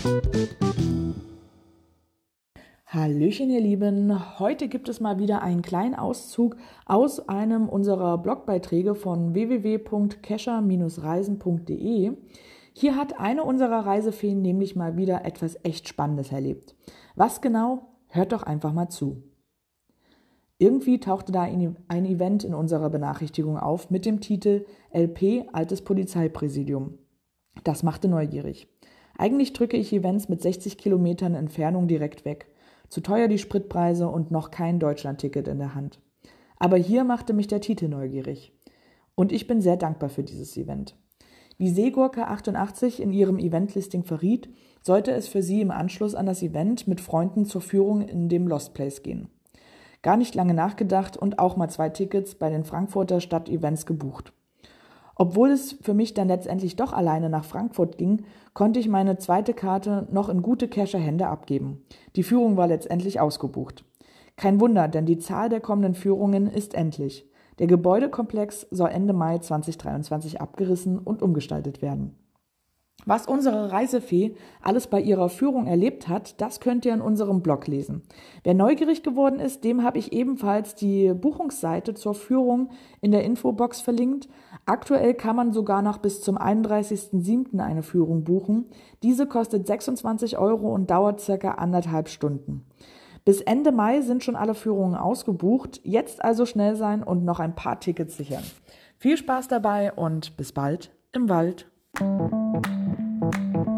Hallöchen, ihr Lieben. Heute gibt es mal wieder einen kleinen Auszug aus einem unserer Blogbeiträge von www.kescher-reisen.de. Hier hat eine unserer Reisefeen nämlich mal wieder etwas echt Spannendes erlebt. Was genau? Hört doch einfach mal zu. Irgendwie tauchte da ein Event in unserer Benachrichtigung auf mit dem Titel LP Altes Polizeipräsidium. Das machte neugierig. Eigentlich drücke ich Events mit 60 Kilometern Entfernung direkt weg. Zu teuer die Spritpreise und noch kein Deutschlandticket in der Hand. Aber hier machte mich der Titel neugierig. Und ich bin sehr dankbar für dieses Event. Wie Seegurke88 in ihrem Eventlisting verriet, sollte es für sie im Anschluss an das Event mit Freunden zur Führung in dem Lost Place gehen. Gar nicht lange nachgedacht und auch mal 2 Tickets bei den Frankfurter Stadtevents gebucht. Obwohl es für mich dann letztendlich doch alleine nach Frankfurt ging, konnte ich meine zweite Karte noch in gute Kescher Hände abgeben. Die Führung war letztendlich ausgebucht. Kein Wunder, denn die Zahl der kommenden Führungen ist endlich. Der Gebäudekomplex soll Ende Mai 2023 abgerissen und umgestaltet werden. Was unsere Reisefee alles bei ihrer Führung erlebt hat, das könnt ihr in unserem Blog lesen. Wer neugierig geworden ist, dem habe ich ebenfalls die Buchungsseite zur Führung in der Infobox verlinkt. Aktuell kann man sogar noch bis zum 31.07. eine Führung buchen. Diese kostet 26 € und dauert circa 1,5 Stunden. Bis Ende Mai sind schon alle Führungen ausgebucht. Jetzt also schnell sein und noch ein paar Tickets sichern. Viel Spaß dabei und bis bald im Wald.